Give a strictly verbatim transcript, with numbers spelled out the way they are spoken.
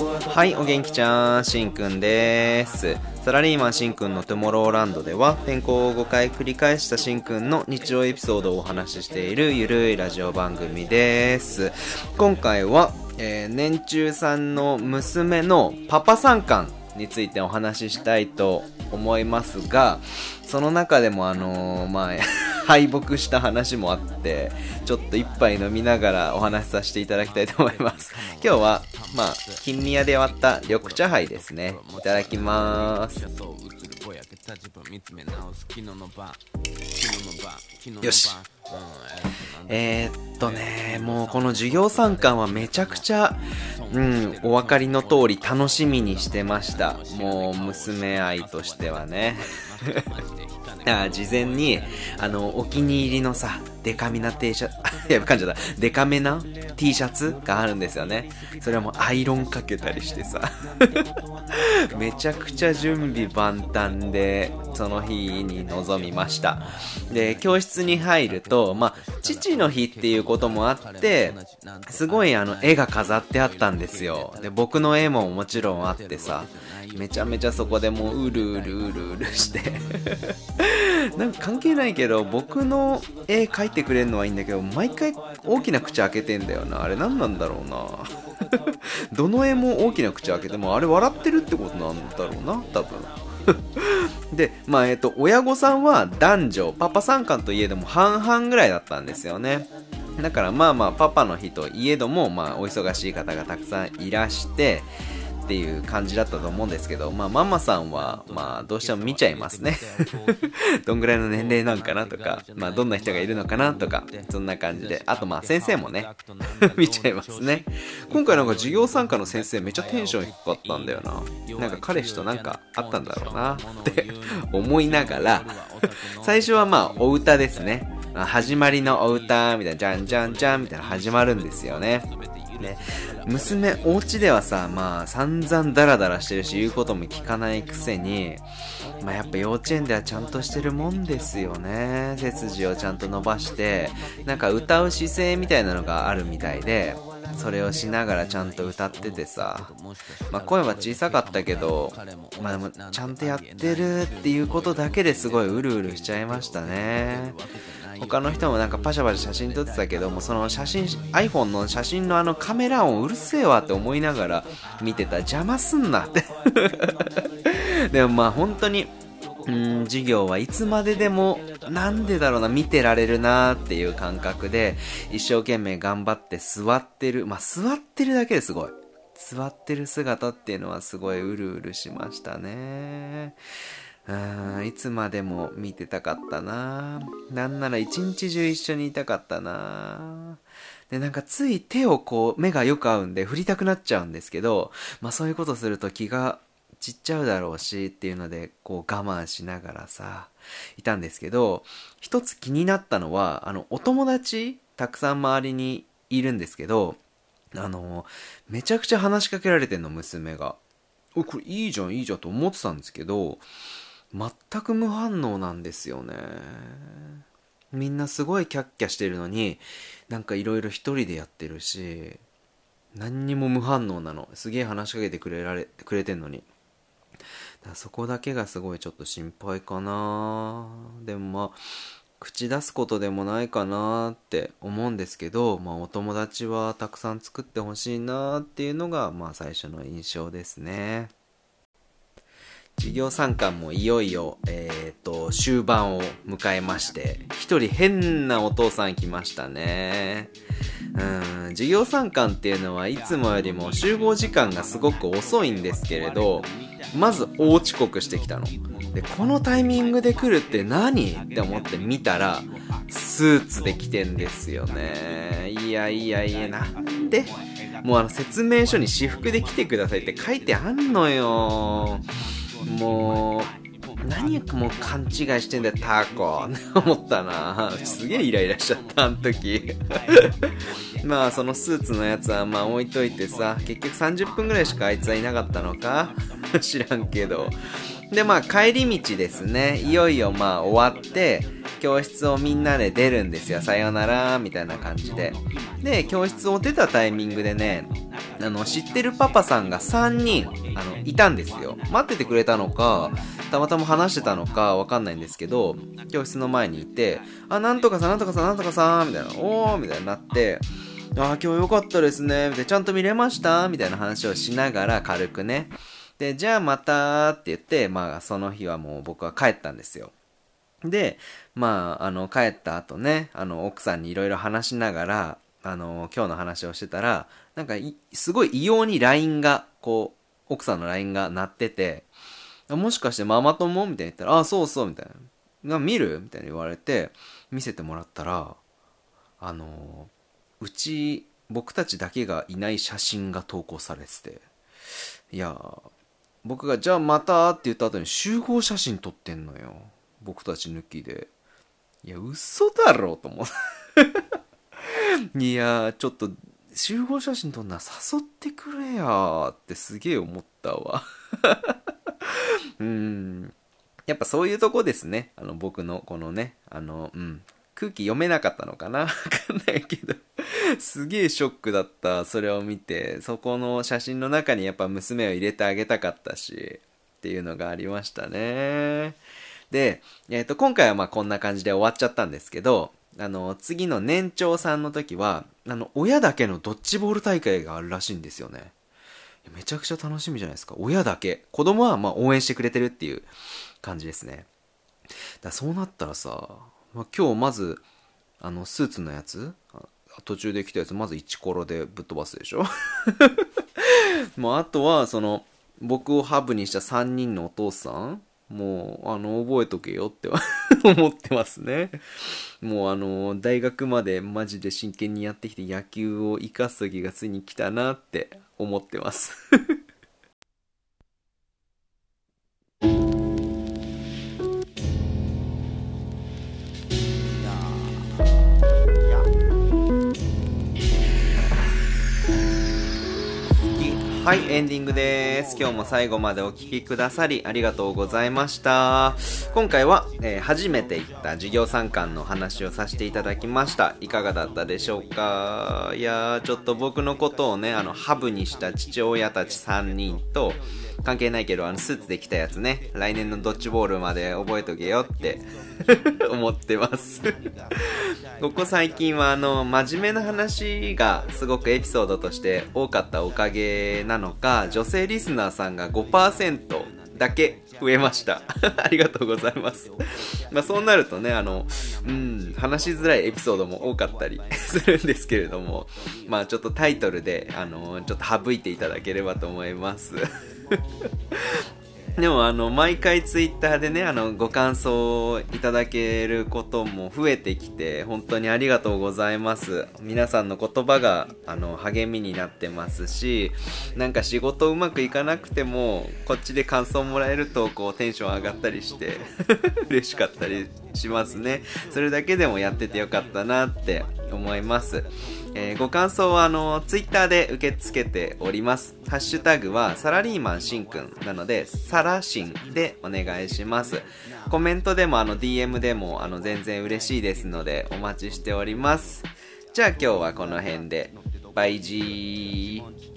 はい、お元気ちゃん、しんくんです。サラリーマンしんくんのトゥモローランドでは転校をごかい繰り返したしんくんの日常エピソードをお話ししているゆるいラジオ番組です。今回は、えー、年中さんの娘のパパ参観についてお話ししたいと思いますが、その中でもあのー、まあ敗北した話もあってちょっと一杯飲みながらお話しさせていただきたいと思います。今日はまあ金宮で割った緑茶杯ですね。いただきます。よし。えー、っとねもうこの授業参観はめちゃくちゃうんお分かりの通り楽しみにしてました。もう娘愛としてはねあ事前にあのお気に入りのさデカミな T シャツいや噛んじゃったデカめな T シャツがあるんですよね。それはもうアイロンかけたりしてさめちゃくちゃ準備万端でその日に臨みました。で教室に入るとまあ父の日っていうこともあってすごいあの絵が飾ってあったんですよ。で僕の絵ももちろんあってさめちゃめちゃそこでもううるうるうるうるしてなんか関係ないけど僕の絵描いてくれるのはいいんだけど毎回大きな口開けてんだよな。あれ何なんだろうなどの絵も大きな口開けてもあれ笑ってるってことなんだろうな多分でまあえっと親御さんは男女パパ参観といえども半々ぐらいだったんですよね。だからまあまあパパの日といえどもまあお忙しい方がたくさんいらしてっていう感じだったと思うんですけど、まあママさんはまあどうしても見ちゃいますねどんぐらいの年齢なんかなとか、まあどんな人がいるのかなとか、そんな感じで、あとまあ先生もね見ちゃいますね。今回なんか授業参加の先生めっちゃテンション低かったんだよな。なんか彼氏となんかあったんだろうなって思いながら最初はまあお歌ですね。始まりのお歌みたいなじゃんじゃんじゃんみたいな始まるんですよね。ね、娘お家ではさまあ散々ダラダラしてるし言うことも聞かないくせにまあやっぱ幼稚園ではちゃんとしてるもんですよね。背筋をちゃんと伸ばしてなんか歌う姿勢みたいなのがあるみたいでそれをしながらちゃんと歌っててさまあ声は小さかったけどまあでもちゃんとやってるっていうことだけですごいうるうるしちゃいましたね。他の人もなんかパシャパシャ写真撮ってたけどもその写真 iPhone の写真のあのカメラ音うるせえわって思いながら見てた。邪魔すんなってでもまあ本当にうん授業はいつまででもなんでだろうな見てられるなっていう感覚で一生懸命頑張って座ってるまあ座ってるだけですごい座ってる姿っていうのはすごいうるうるしましたね。うんいつまでも見てたかったな。なんなら一日中一緒にいたかったな。でなんかつい手をこう目がよく合うんで振りたくなっちゃうんですけどまあそういうことすると気が散っちゃうだろうしっていうのでこう我慢しながらさいたんですけど一つ気になったのはあのお友達たくさん周りにいるんですけどあのめちゃくちゃ話しかけられてんの娘が。おこれいいじゃんいいじゃんと思ってたんですけど全く無反応なんですよね。みんなすごいキャッキャしてるのになんかいろいろ一人でやってるし何にも無反応なの。すげえ話しかけてくれられくれてんのにだからそこだけがすごいちょっと心配かな。でもまあ口出すことでもないかなって思うんですけど、まあ、お友達はたくさん作ってほしいなっていうのがまあ最初の印象ですね。授業参観もいよいよ、えー、と終盤を迎えまして一人変なお父さん来ましたね。うん授業参観っていうのはいつもよりも集合時間がすごく遅いんですけれどまず大遅刻してきたのでこのタイミングで来るって何って思って見たらスーツで来てんですよね。いやいやいやなんでもうあの説明書に私服で来てくださいって書いてあんのよ。もう何もう勘違いしてんだよタコ思ったな。すげえイライラしちゃったあの時まあそのスーツのやつはまあ置いといてさ結局さんじゅっぷんぐらいしかあいつはいなかったのか知らんけどで、まあ帰り道ですね。いよいよまあ終わって、教室をみんなで出るんですよ。さよなら、みたいな感じで。で、教室を出たタイミングでね、あの、知ってるパパさんがさんにん、あの、いたんですよ。待っててくれたのか、たまたま話してたのかわかんないんですけど、教室の前にいて、あ、なんとかさ、なんとかさ、なんとかさ、みたいな、おー、みたいになって、あー、今日良かったですね、みたいな、ちゃんと見れましたみたいな話をしながら軽くね。で、じゃあまたって言って、まあその日はもう僕は帰ったんですよ。で、まあ、あの、帰った後ね、あの、奥さんにいろいろ話しながら、あの、今日の話をしてたら、なんかい、すごい異様に ライン が、こう、奥さんの ライン が鳴ってて、もしかしてママ友みたいに言ったら、あ、そうそう、みたいな。な、見るみたいに言われて、見せてもらったら、あの、うち、僕たちだけがいない写真が投稿されてて、いやー、僕がじゃあまたって言った後に集合写真撮ってんのよ。僕たち抜きで。いや、嘘だろと思う。いやー、ちょっと集合写真撮んな誘ってくれやーってすげえ思ったわ。うーん。やっぱそういうとこですね。あの僕のこのね、あの、うん。空気読めなかったのかなわかんないけど。すげえショックだった。それを見て。そこの写真の中にやっぱ娘を入れてあげたかったし。っていうのがありましたね。で、えっと、今回はまあこんな感じで終わっちゃったんですけど、あの、次の年長さんの時は、あの、親だけのドッジボール大会があるらしいんですよね。めちゃくちゃ楽しみじゃないですか。親だけ。子供はまあ応援してくれてるっていう感じですね。だそうなったらさ、まあ、今日まず、あの、スーツのやつ途中で来たやつ、まずイチコロでぶっ飛ばすでしょもうあとは、その、僕をハブにしたさんにんのお父さんもう、あの、覚えとけよっては思ってますね。もうあの、大学までマジで真剣にやってきて野球を生かす時がついに来たなって思ってますはい、エンディングです。今日も最後までお聞きくださりありがとうございました。今回は、えー、初めて行った授業参観の話をさせていただきました。いかがだったでしょうか？いやー、ちょっと僕のことをね、あの、ハブにした父親たちさんにんと、関係ないけど、あの、スーツで来たやつね、来年のドッジボールまで覚えとけよって思ってますここ最近はあの真面目な話がすごくエピソードとして多かったおかげなのか、女性リスナーさんが ごパーセント だけ増えましたありがとうございますまあそうなるとね、あのうん話しづらいエピソードも多かったりするんですけれども、まあちょっとタイトルであのちょっと省いていただければと思いますでもあの毎回ツイッターでね、あのご感想をいただけることも増えてきて本当にありがとうございます。皆さんの言葉があの励みになってますし、なんか仕事うまくいかなくてもこっちで感想もらえるとこうテンション上がったりして嬉しかったりしますね。それだけでもやっててよかったなって思います。えー、ご感想はあのツイッターで受け付けております。ハッシュタグはサラリーマンしんくんなのでサラシンでお願いします。コメントでもあの ディーエム でもあの全然嬉しいですのでお待ちしております。じゃあ今日はこの辺でバイジー。